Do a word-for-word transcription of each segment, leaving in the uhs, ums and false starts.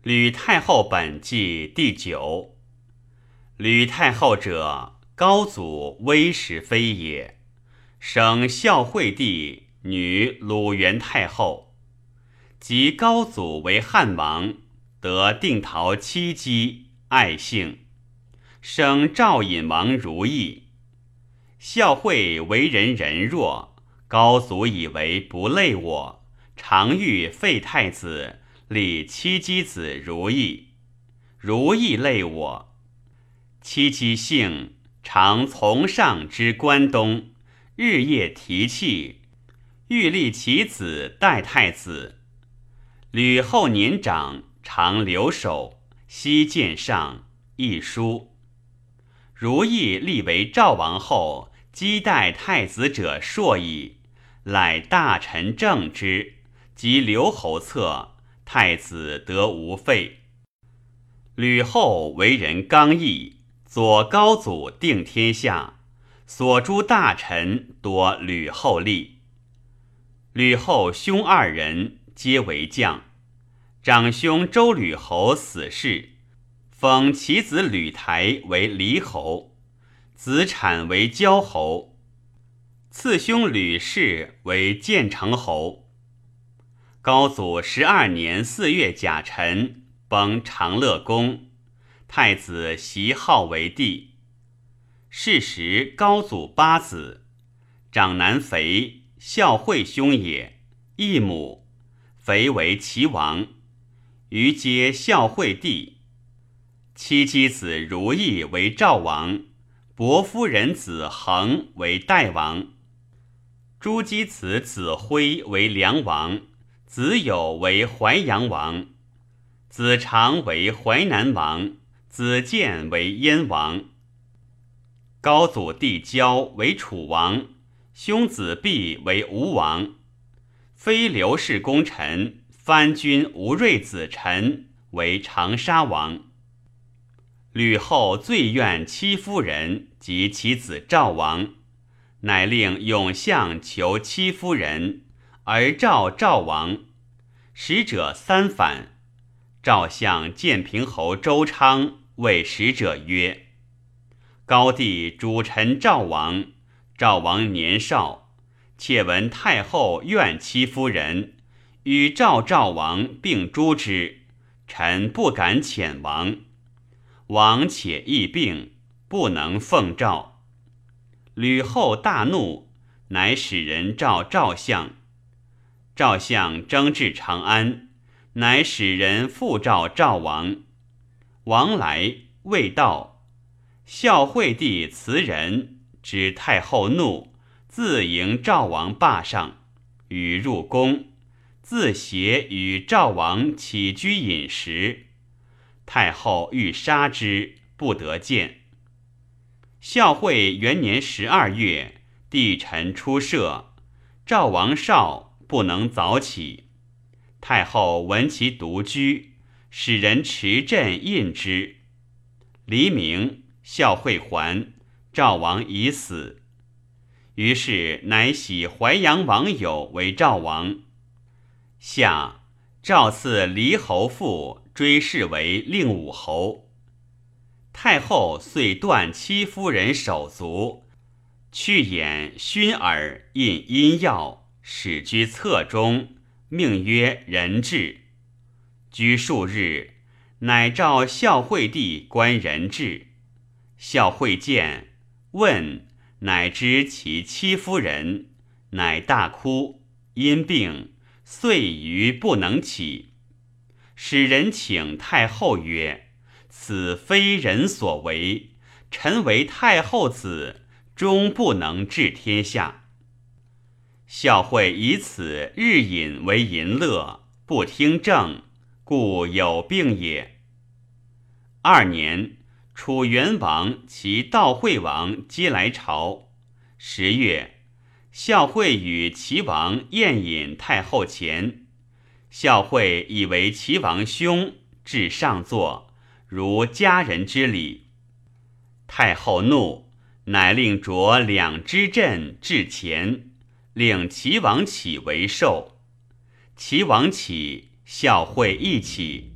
吕太后本纪第九。吕太后者，高祖威实妃也，生孝惠帝，女鲁元太后。及高祖为汉王，得定陶戚姬，爱姓，生赵隐王如意。孝惠为人仁弱，高祖以为不累我，常欲废太子，立戚姬子如意。如意累我。戚姬性，常从上之关东，日夜提气，欲立其子代太子。吕后年长，常留守，悉见上，一书。如意立为赵王后，姬代太子者硕矣，乃大臣正之，及留侯策，太子得无废。吕后为人刚毅，左高祖定天下，所诸大臣多吕后立。吕后兄二人皆为将，长兄周吕侯死世，封其子吕台为黎侯，子产为交侯，次兄吕氏为建成侯。高祖十二年四月甲辰，崩长乐宫，太子袭号为帝。是时高祖八子，长男肥，孝惠兄也，一母，肥为齐王，余皆孝惠帝。戚姬子如意为赵王，伯夫人子恒为代王，朱姬子子辉为梁王，子友为淮阳王，子长为淮南王，子建为燕王。高祖弟交为楚王，兄子弼为吴王。非刘氏功臣藩君吴瑞子臣为长沙王。吕后最怨戚夫人及其子赵王，乃令永相求戚夫人，而召赵王。使者三反，赵相建平侯周昌谓使者曰：高帝主臣赵王，赵王年少，且闻太后怨戚夫人，与赵赵王并诛之，臣不敢遣王。王且疫病，不能奉诏。吕后大怒，乃使人召赵相。赵相征至长安，乃使人复召赵王。王来未到，孝惠帝辞人，知太后怒，自迎赵王霸上，与入宫，自携与赵王起居饮食。太后欲杀之，不得见。孝惠元年十二月，帝臣出射，赵王少，不能早起。太后闻其独居，使人持阵印之。黎明，孝惠还，赵王已死。于是乃徙淮阳王友为赵王。夏，赵赐黎侯父追谥为令武侯。太后遂断戚夫人手足，去眼熏耳，印阴药，使居侧中，命曰人质。居数日，乃召孝惠帝观人质。孝惠见，问，乃知其戚夫人，乃大哭，因病，遂余不能起。使人请太后曰：此非人所为，臣为太后子，终不能治天下。孝惠以此日饮为淫乐，不听政，故有病也。二年，楚元王其悼惠王皆来朝。十月，孝惠与齐王宴饮太后前。孝惠以为齐王兄，至上座，如家人之礼。太后怒，乃令着两支阵至前，令齐王起为寿。齐王起，孝惠亦起，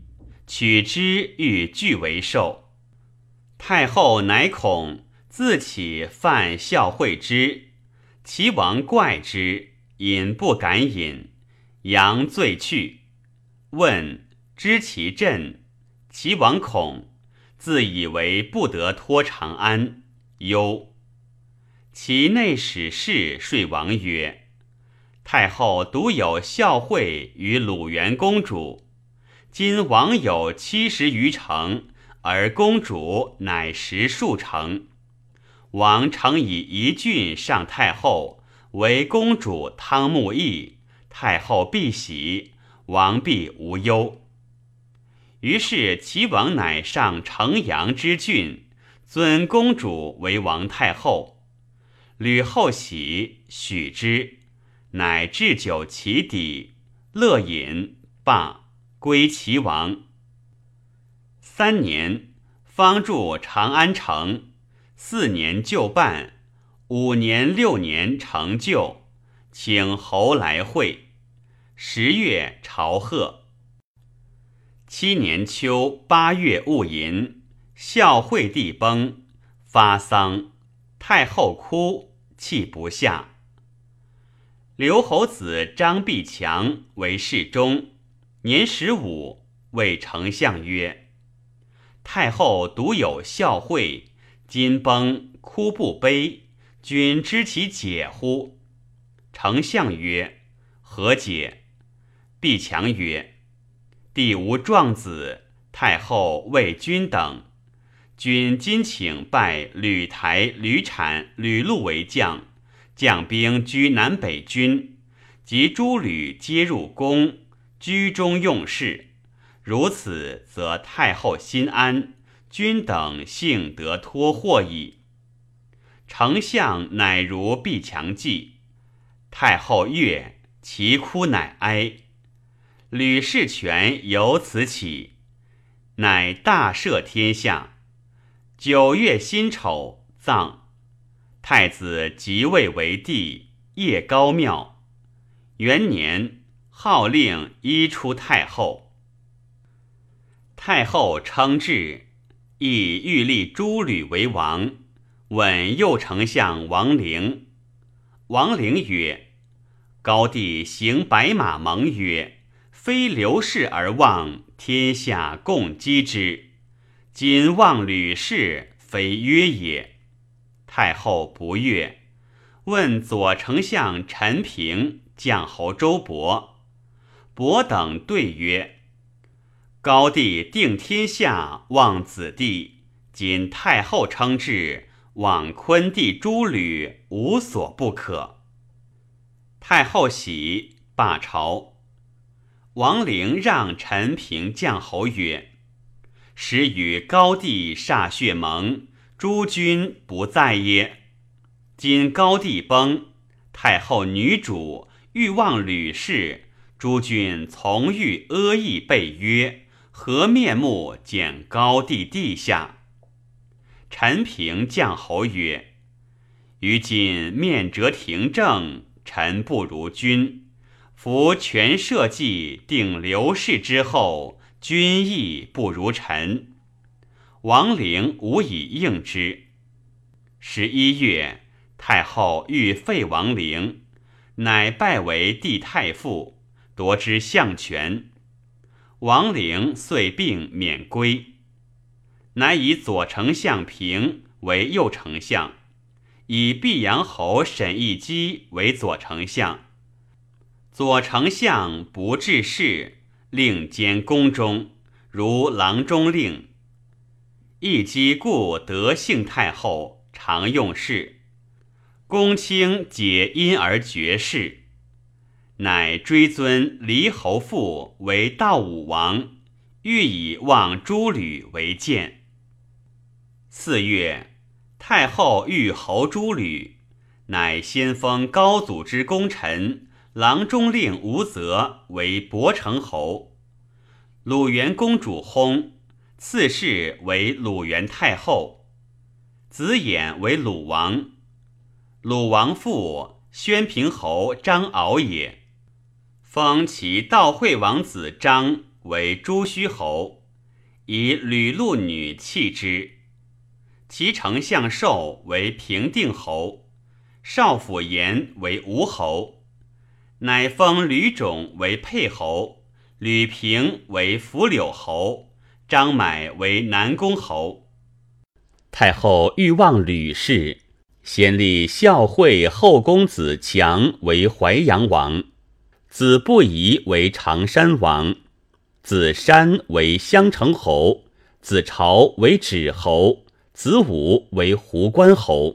取之欲据为寿。太后乃恐，自起犯孝惠之。齐王怪之，饮不敢饮，佯醉去。问知其阵，齐王恐，自以为不得托长安，忧。其内史事说王曰：太后独有孝惠于鲁元公主，今王有七十余城，而公主乃十数城。王诚以一郡上太后，为公主汤沐邑，太后必喜，王必无忧。于是齐王乃上城阳之郡，尊公主为王太后。吕后喜，许之，乃置酒其底，乐饮，罢，归齐王。三年，方筑长安城，四年就办，五年六年成就，请侯来会。十月朝贺。七年秋八月戊寅，孝惠帝崩，发丧，太后哭，泣不下。刘侯子张必强为侍中，年十五，谓丞相曰：太后独有孝惠，今崩，哭不悲，君知其解乎？丞相曰：何解？必强曰：帝无壮子，太后为君等。君今请拜吕台、吕产、吕禄为将，将兵居南北军，及诸吕皆入宫，居中用事。如此，则太后心安，君等幸得脱祸矣。丞相乃如必强计，太后悦，其哭乃哀。吕氏权由此起，乃大赦天下。九月辛丑，葬。太子即位为帝，谒高庙。元年，号令依出太后。太后称制，亦欲立诸吕为王，问右丞相王陵。王陵曰：高帝行白马盟曰，非刘氏而望，天下共击之。今望吕氏，非约也。太后不悦，问左丞相陈平、将侯周勃。勃等对曰：高帝定天下，望子弟，今太后称制，望昆弟诸吕，无所不可。太后喜，罢朝。王陵让陈平将侯曰：时与高帝歃血盟，诸君不在耶？今高帝崩，太后女主欲望吕氏，诸君从欲阿意被约，何面目见高帝地下？陈平将侯曰：于今面折廷正，臣不如君。夫权社稷定刘氏之后，君亦不如臣。王陵无以应之。十一月，太后欲废王陵，乃拜为帝太傅，夺之相权。王陵遂病免归，乃以左丞相平为右丞相，以毕阳侯沈亦基为左丞相。左丞相不治事，令兼宫中，如郎中令。亦基故得幸太后，常用事。公卿解因而绝事，乃追尊黎侯父为道武王，欲以望诸吕为鉴。四月，太后欲侯诸吕，乃先封高祖之功臣郎中令吴泽为博成侯，鲁元公主薨，次世为鲁元太后，子衍为鲁王。鲁王父宣平侯张敖也，封其悼惠王子张为朱虚侯， 以吕禄女弃之。其丞相寿为平定侯，少府延为吴侯，乃封吕种为沛侯，吕平为扶柳侯，张买为南宫侯。太后欲望吕氏，先立孝惠后公子强为淮阳王，子不疑为常山王，子山为襄城侯，子朝为止侯，子武为胡关侯。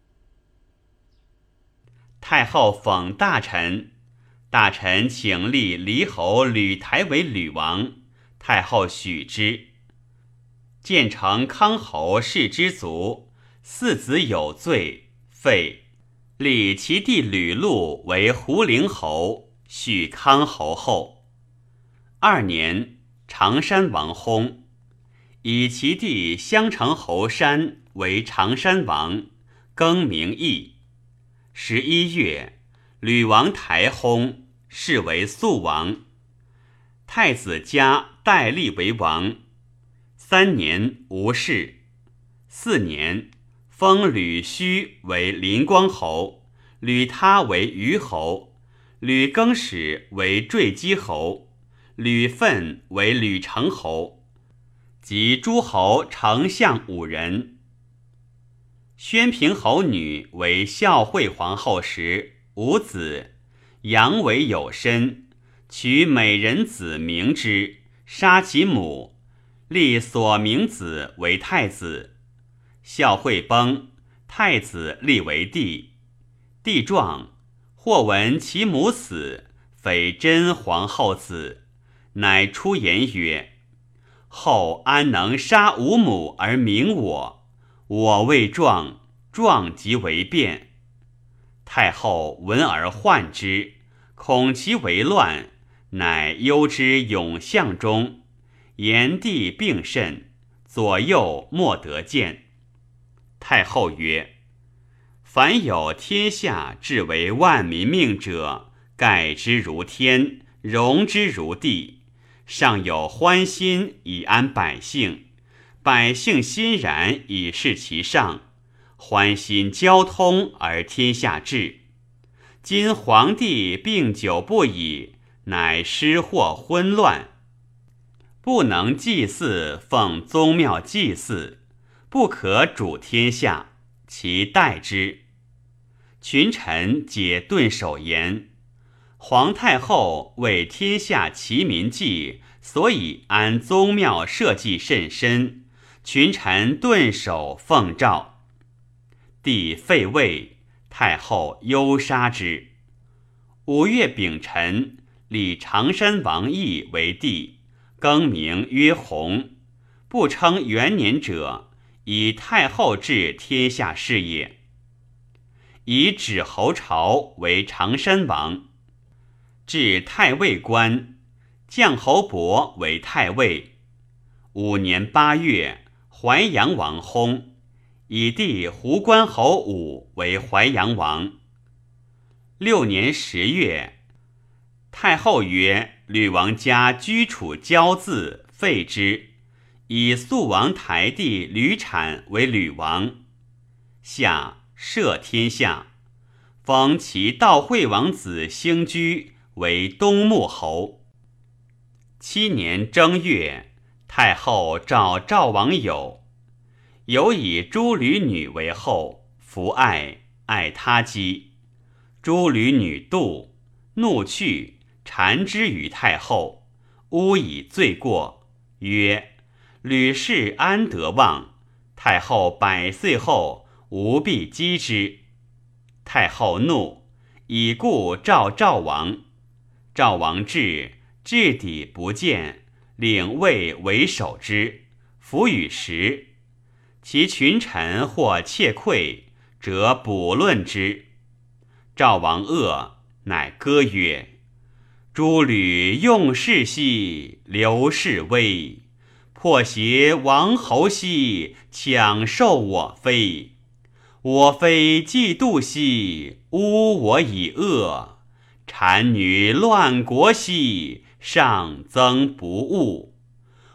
太后讽大臣，大臣请立黎侯吕台为吕王，太后许之。建成康侯氏之族，四子有罪，废。立其弟吕禄为胡陵侯，续康侯后。二年，常山王薨，以其弟襄城侯山为常山王，更名义。十一月，吕王台薨，是为肃王。太子家代立为王。三年无事。四年，封吕须为临光侯，吕他为虞侯，吕更始为坠姬侯，吕奋为吕成侯，及诸侯丞相五人。宣平侯女为孝惠皇后时，无子，阳为有身，取美人子名之，杀其母，立所名子为太子。孝惠崩，太子立为帝。帝壮，或闻其母死，非真皇后子，乃出言曰：后安能杀吾母而明我？我未壮，壮即为变。太后闻而患之，恐其为乱，乃忧之永相中。炎帝病甚，左右莫得见。太后曰：凡有天下至为万民命者，盖之如天，容之如地。尚有欢心以安百姓，百姓欣然以事其上，欢心交通而天下治。今皇帝病久不已，乃失祸昏乱，不能祭祀，奉宗庙祭祀，不可主天下，其代之。群臣皆顿首言。皇太后为天下齐民计，所以安宗庙社稷甚深，群臣顿首奉诏。帝废魏，太后忧杀之。五月丙辰，立常山王义为帝，更名曰弘。不称元年者，以太后治天下事也。以止侯朝为常山王，至太尉官，降侯伯为太尉。五年八月，淮阳王薨，以弟胡关侯武为淮阳王。六年十月，太后曰：吕王家居处骄恣，废之，以肃王台弟吕产为吕王。下摄天下，封其悼惠王子兴居为东穆侯。七年正月，太后召赵王友，有以诸吕女为后，弗爱，爱他姬。诸吕女妒，怒去，缠之于太后，诬以罪过，曰：吕氏安得望？太后百岁后，吾必击之。太后怒，以故召赵王。赵王至，至底不见，领卫为守之，弗与食。其群臣或窃窥，则捕论之。赵王恶，乃歌曰：诸吕用事兮，刘氏威；破邪王侯兮，抢受我妃。我妃嫉妒兮，诬我以恶；谗女乱国兮，上增不误。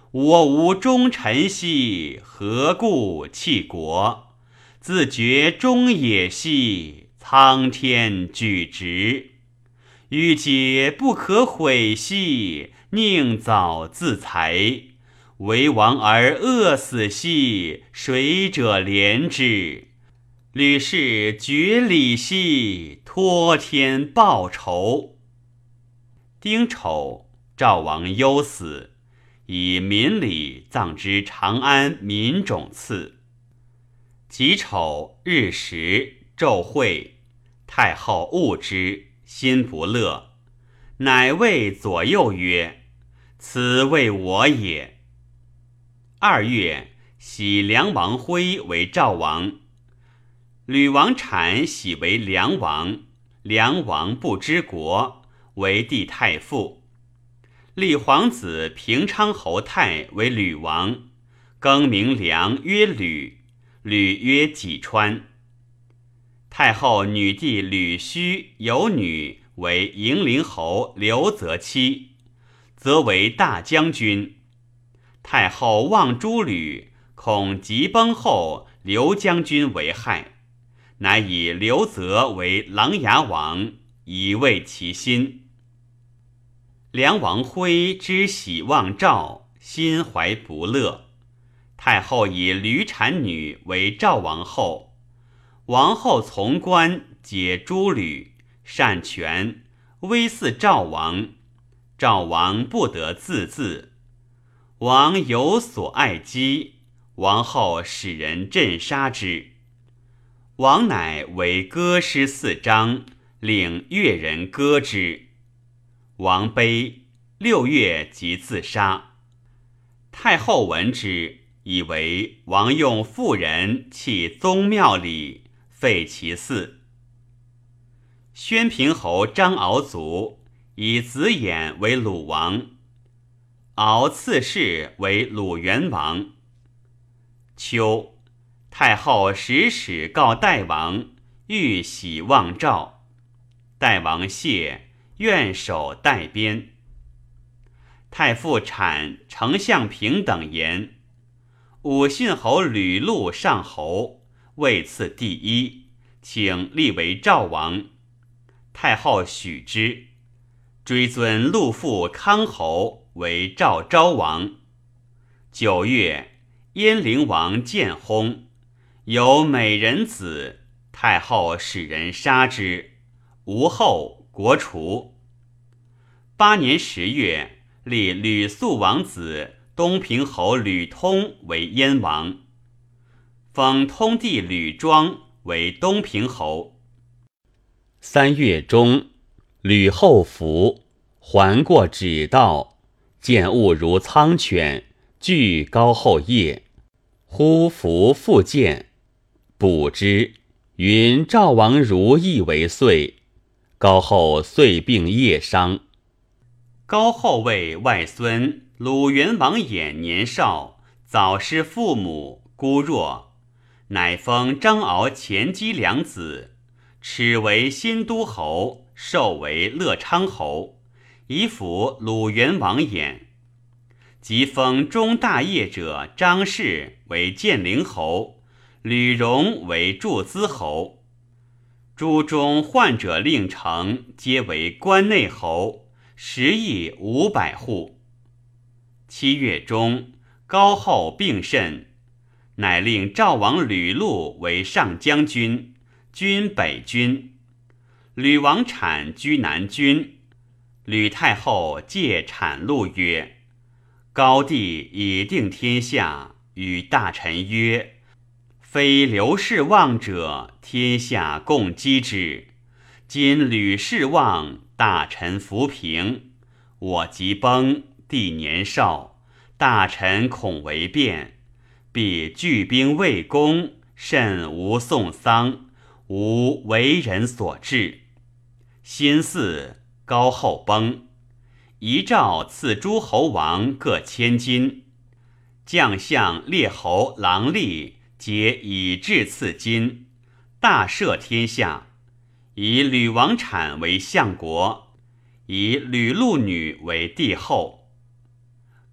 我无忠臣兮，何故弃国？自觉忠也兮，苍天举直。欲解不可悔兮，宁早自裁。为王而饿死兮，谁者怜之？吕氏绝礼兮，托天报仇。丁丑，赵王忧死，以民礼葬之长安民冢祠。己丑，日食，昼会，太后恶之，心不乐，乃谓左右曰：此为我也。二月，徙梁王辉为赵王。吕王产喜为梁王，梁王不知国，为帝太傅。立皇子平昌侯泰为吕王，更名梁曰吕，吕曰济川。太后女弟吕须有女为迎陵侯刘泽妻，则为大将军。太后望诸吕，恐急崩后刘将军为害，乃以刘泽为琅琊王，以慰其心。梁王辉之喜望赵，心怀不乐。太后以吕产女为赵王后，王后从官，解诸吕，擅权，威似赵王。赵王不得自治。王有所爱姬，王后使人镇杀之。王乃为歌诗四章，领乐人歌之。王悲，六月即自杀。太后闻之，以为王用妇人弃宗庙礼，废其祀。宣平侯张敖卒，以子衍为鲁王。敖次世为鲁元王。秋，太后使使告代王，欲喜望赵。代王谢，愿守代边。太傅产、丞相平等言，武信侯吕禄上侯，位次第一，请立为赵王。太后许之，追尊陆父康侯为赵昭王。九月，燕陵王建薨，有美人子，太后使人杀之，无后，国除。八年十月，立吕肃王子东平侯吕通为燕王，封通弟吕庄为东平侯。三月中，吕后服，还过指道，见物如苍犬，惧高后夜，忽服复见，卜之，云赵王如意为岁。高后遂病夜伤。高后为外孙鲁元王衍年少，早失父母，孤弱，乃封张敖前姬两子，耻为新都侯，授为乐昌侯，以辅鲁元王衍。即封中大业者张氏为建陵侯，吕荣为祝资侯。诸中患者令城，皆为关内侯，食邑五百户。七月中，高后病甚，乃令赵王吕禄为上将军，军北军。吕王产居南军。吕太后借产禄曰：高帝已定天下，与大臣曰：非刘氏旺者，天下共击之。今吕氏旺，大臣扶平，我即崩，帝年少，大臣恐为变，必聚兵魏攻，甚无送丧，无为人所治。辛巳，高后崩。遗诏赐诸侯王各千金，将相列侯郎吏皆以至赐金，大赦天下。以吕王产为相国，以吕禄女为帝后。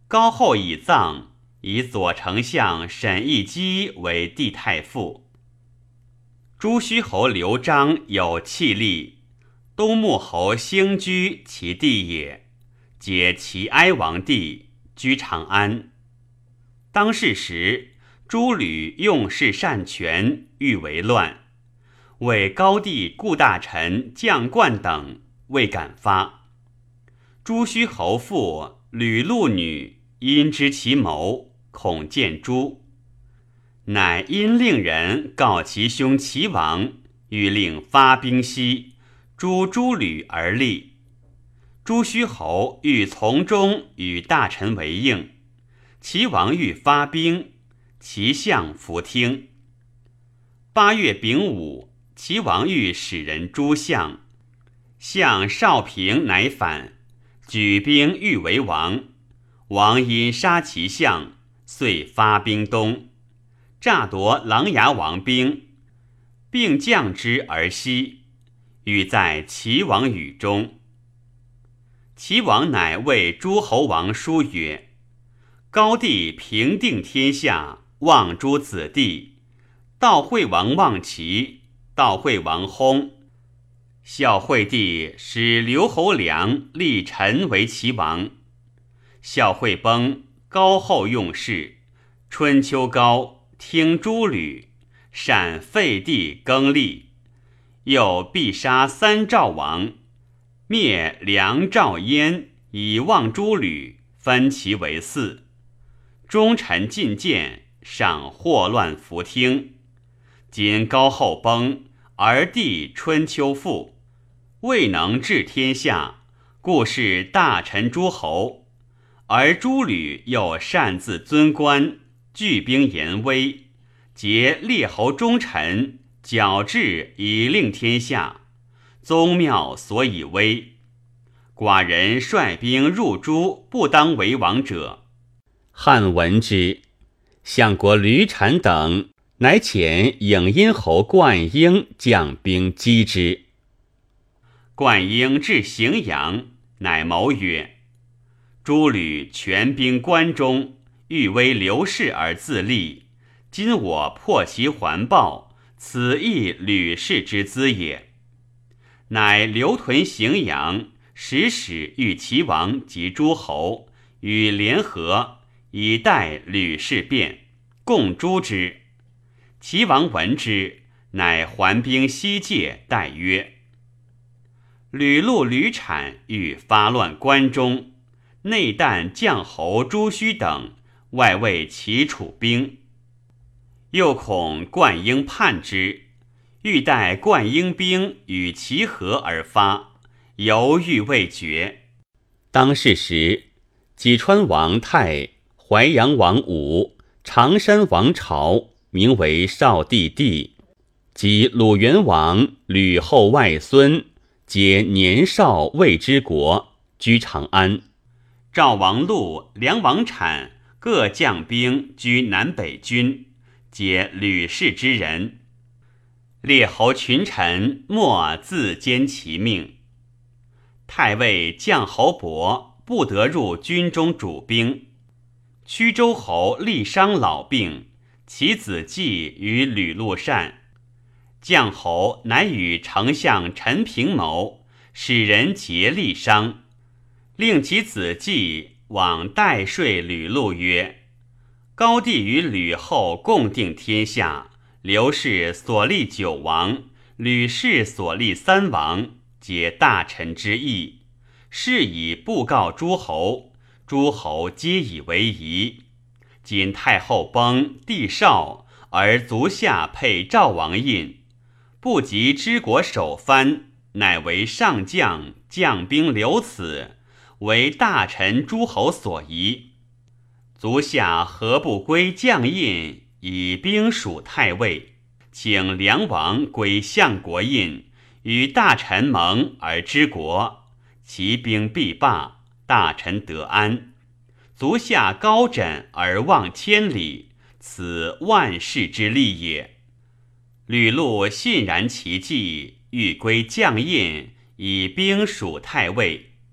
高后以葬，以左丞相沈亦基为帝太傅。朱虚侯刘璋有气力，东穆侯兴居其地也，解齐哀王地，居长安。当世时，诸吕用事擅权，欲为乱，为高帝顾大臣将冠等未敢发。朱虚侯妇吕禄女因知其谋，恐见诛，乃因令人告其兄齐王，欲令发兵西，诛诸吕而立。朱虚侯欲从中与大臣为应，齐王欲发兵，齐相弗听。八月丙午，齐王欲使人诛相，相少平乃反，举兵欲为王。王因杀其相，遂发兵东，诈夺琅琊王兵，并将之而西，欲在齐王宇中。齐王乃谓诸侯王书曰：高帝平定天下，望诸子弟，悼惠王望齐，悼惠王薨。孝惠帝使刘侯梁立陈为齐王。孝惠崩，高后用事，春秋高听诸吕，擅废帝更立，又必杀三赵王，灭梁赵燕，以望诸吕，分其为四。忠臣进谏，赏祸乱弗听。今高后崩，而帝春秋复，未能治天下，故是大臣诸侯。而诸吕又擅自尊官，聚兵严威，结列侯忠臣，矫治以令天下，宗庙所以威。寡人率兵入诸，不当为王者。汉闻之，相国吕产等乃遣颍阴侯灌婴将兵击之。灌婴至荥阳，乃谋曰：诸吕全兵关中，欲为刘氏而自立，今我破其环抱，此亦吕氏之资也。乃留屯荥阳，使使与齐王及诸侯与联合，以待吕氏变，共诛之。齐王闻之，乃还兵西界，待曰：吕禄、吕产欲发乱关中，内旦将侯朱须等，外为齐楚兵，又恐灌婴叛之，欲待灌婴兵与齐合而发，犹豫未决。当世时，济川王泰、淮阳王武、常山王朝，名为少帝帝，及鲁元王吕后外孙，皆年少未知国，居长安。赵王禄、梁王产各将兵居南北军，皆吕氏之人。列侯群臣莫自兼其命。太尉将侯伯不得入军中主兵。曲州侯厉伤老病，其子季与吕禄善。将侯乃与丞相陈平谋，使人劫厉伤，令其子季往代说吕禄曰：高帝与吕后共定天下，刘氏所立九王，吕氏所立三王，皆大臣之意，是以布告诸侯，诸侯皆以为宜。今太后崩，帝少，而足下配赵王印，不及知国守藩，乃为上将，将兵留此，为大臣诸侯所宜。足下何不归将印，以兵属太尉，请梁王归相国印，与大臣盟而知国，其兵必罢，大臣得安。足下高枕而望千里，此万世之利也。吕禄信然其计，欲归将印，以兵属太尉。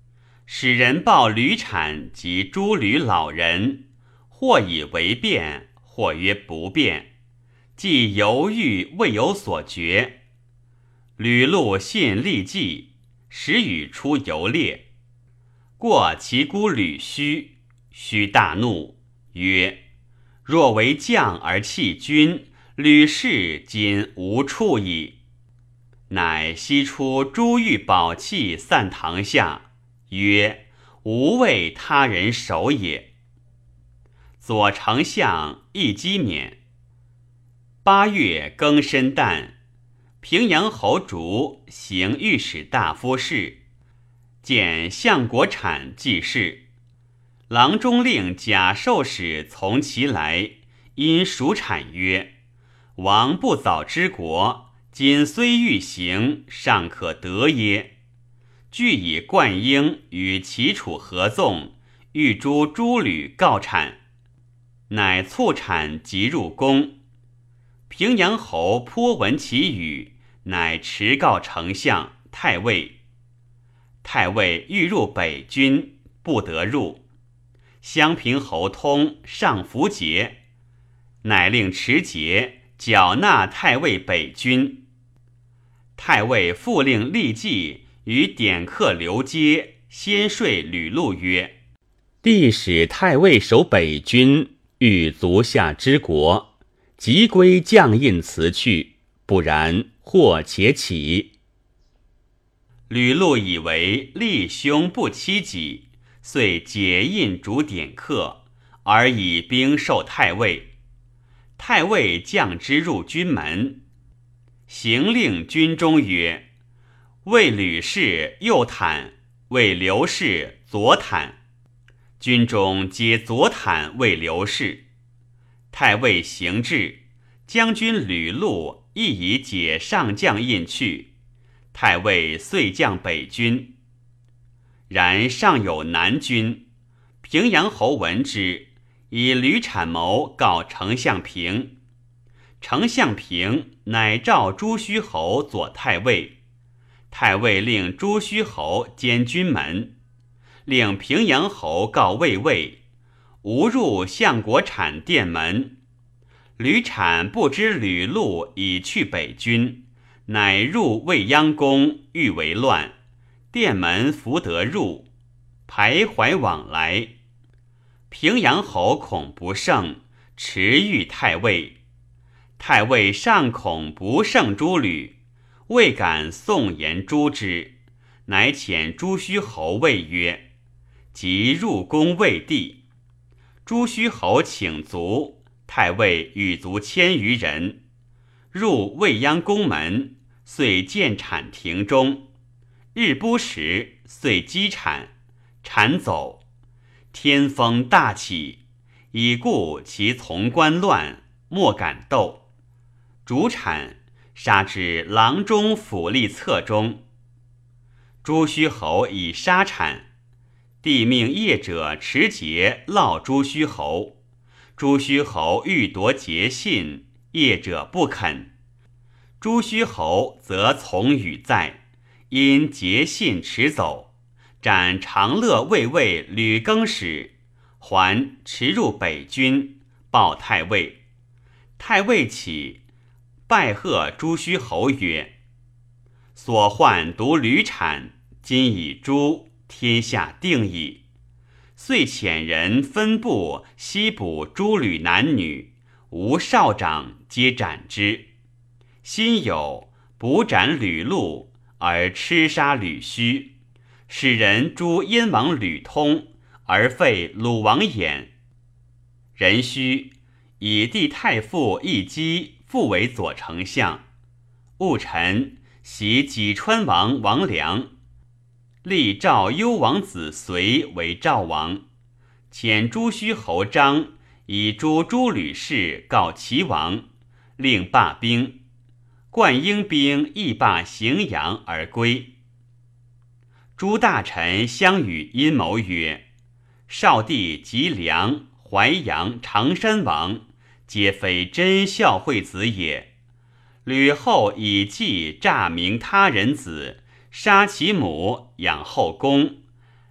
使人报吕产及诸吕老人，或以为辩，或曰不辩，既犹豫未有所决。吕禄信立计，使与出游猎，过其姑吕须，须大怒，曰：若为将而弃君，吕氏今无处矣。乃悉出珠玉宝器散堂下，曰：吾为他人守也。左丞相亦击免。八月庚申旦，平阳侯烛行御史大夫事，见相国产记事。郎中令贾寿使从其来，因属产曰：王不早之国，今虽欲行，尚可得耶？俱以灌婴与齐楚合纵，欲诛诸吕告产，乃促产即入宫。平阳侯颇闻其语，乃持告丞相、太尉。太尉欲入北军，不得入。襄平侯通上符节，乃令持节缴纳太尉北军。太尉复令立计与典客刘阶先说吕禄曰：帝使太尉守北军，欲足下之国，即归将印辞去，不然祸且起。吕禄以为立兄不欺己，遂解印逐典客，而以兵授太尉。太尉将之入军门，行令军中曰：为吕氏右袒，为刘氏左袒。军中皆左袒为刘氏。太尉行至，将军吕禄亦以解上将印去。太尉遂将北军。然尚有南军，平阳侯闻之，以吕产谋告丞相平。丞相平乃召朱虚侯左太尉。太尉令朱虚侯监军门，令平阳侯告卫尉，无入相国产殿门。吕产不知吕禄已去北军，乃入未央宫，欲为乱，殿门弗得入，徘徊往来。平阳侯恐不胜，持御太尉。太尉尚恐不胜诸吕，未敢宋言诛之，乃遣朱虚侯谓曰：即入宫卫帝。朱虚侯请卒，太尉与卒千余人，入未央宫门，遂见产庭中。日不时，遂击产，产走。天风大起，已故其从官乱，莫敢斗。逐产，杀至郎中府吏侧中。朱虚侯以杀产，帝命业者持节烙朱虚侯。朱虚侯欲夺节信，业者不肯。朱虚侯则从与在，因节信持走，斩长乐卫尉吕更始，还驰入北军，报太尉。太尉起，拜贺朱虚侯曰：所患独吕产，今已诛，天下定矣。遂遣人分部悉捕诸吕男女，无少长皆斩之。辛酉，捕斩吕禄，而痴杀吕须，使人诛燕王吕通，而废鲁王衍。壬戌，以帝太傅义基复为左丞相。戊辰，袭济川王王良，立赵幽王子随为赵王。遣朱虚侯张以诛诸吕氏告齐王，令罢兵。灌婴兵亦罢荥阳而归。诸大臣相与阴谋曰：少帝及梁、淮阳、常山王，皆非真孝惠子也。吕后以计诈明他人子，杀其母，养后宫，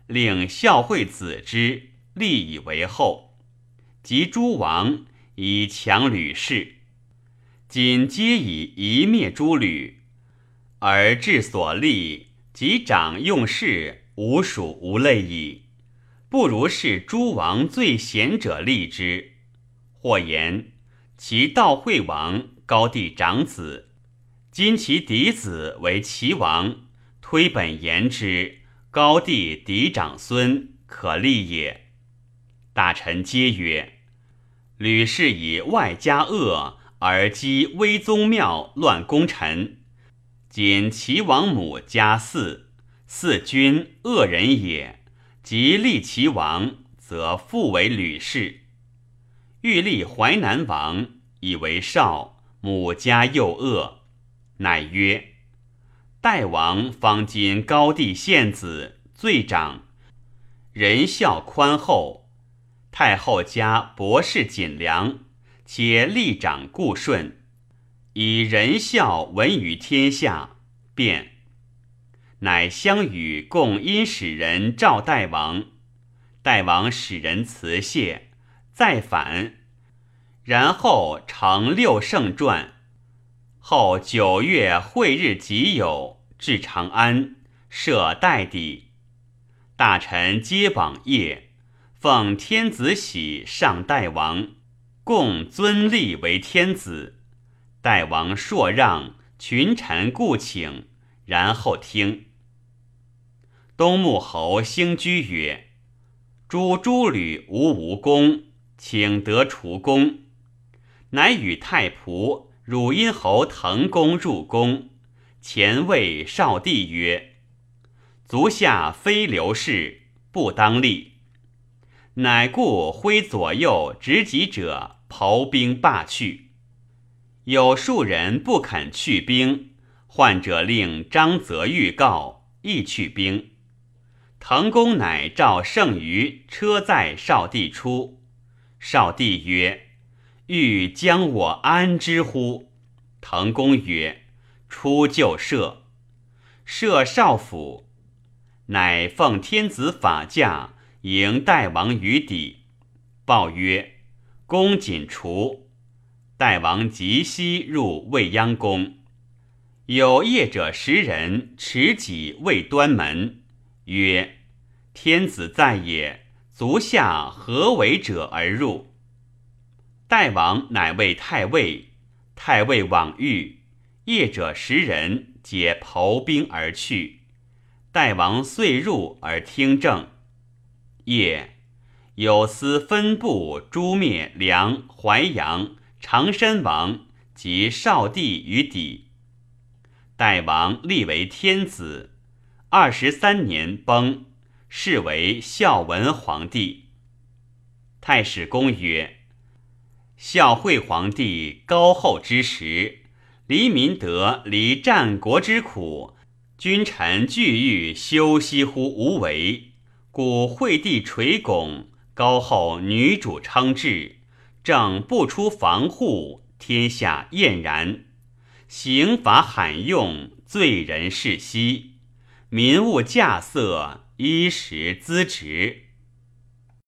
令孝惠子之，立以为后。及诸王，以强吕氏。今皆以夷灭诸吕，而治所立及长用事，无属无类矣。不如是诸王最贤者立之。或言其悼惠王，高帝长子，今其嫡子为齐王，推本言之，高帝嫡长孙，可立也。大臣皆曰：吕氏以外加恶，而积威宗庙，乱功臣。今齐王母家嗣，嗣君恶人也，即立齐王，则复为吕氏。欲立淮南王，以为少，母家又恶，乃曰：代王方今高帝献子，最长，仁孝宽厚，太后家博士谨良，且立长固顺，以仁孝闻于天下，便。乃相与共因使人召代王，代王使人辞谢，再反，然后成六圣传。后九月会日己酉，至长安，设代邸。大臣皆榜谒，奉天子玺上代王，共尊立为天子。代王朔让，群臣故请，然后听。东穆侯兴居曰：诸诸吕无无功，请得除功。乃与太仆汝阴侯滕公入宫，前谓少帝曰：足下非刘氏，不当立。乃故挥左右执戟者，庖兵罢去。有数人不肯去兵，患者令张泽预告，亦去兵。滕公乃召剩余车载少帝出。少帝曰：欲将我安之乎？滕公曰：出就赦。赦少府，乃奉天子法驾，迎代王于邸。报曰：公瑾除。代王即西入未央宫。有业者十人持戟未端门，曰：天子在也，足下何为者而入？代王乃谓太尉，太尉往谕，业者十人皆庖兵而去。代王遂入而听政。夜，有司分部诛灭梁、淮阳、常山王及少帝于邸。代王立为天子，二十三年崩，是为孝文皇帝。太史公曰：孝惠皇帝高厚之时，黎民得离战国之苦，君臣俱欲休息乎无为，故惠帝垂拱，高厚女主称制，正不出防户，天下晏然。刑罚罕用，罪人世息，民物稼穑，衣食资职，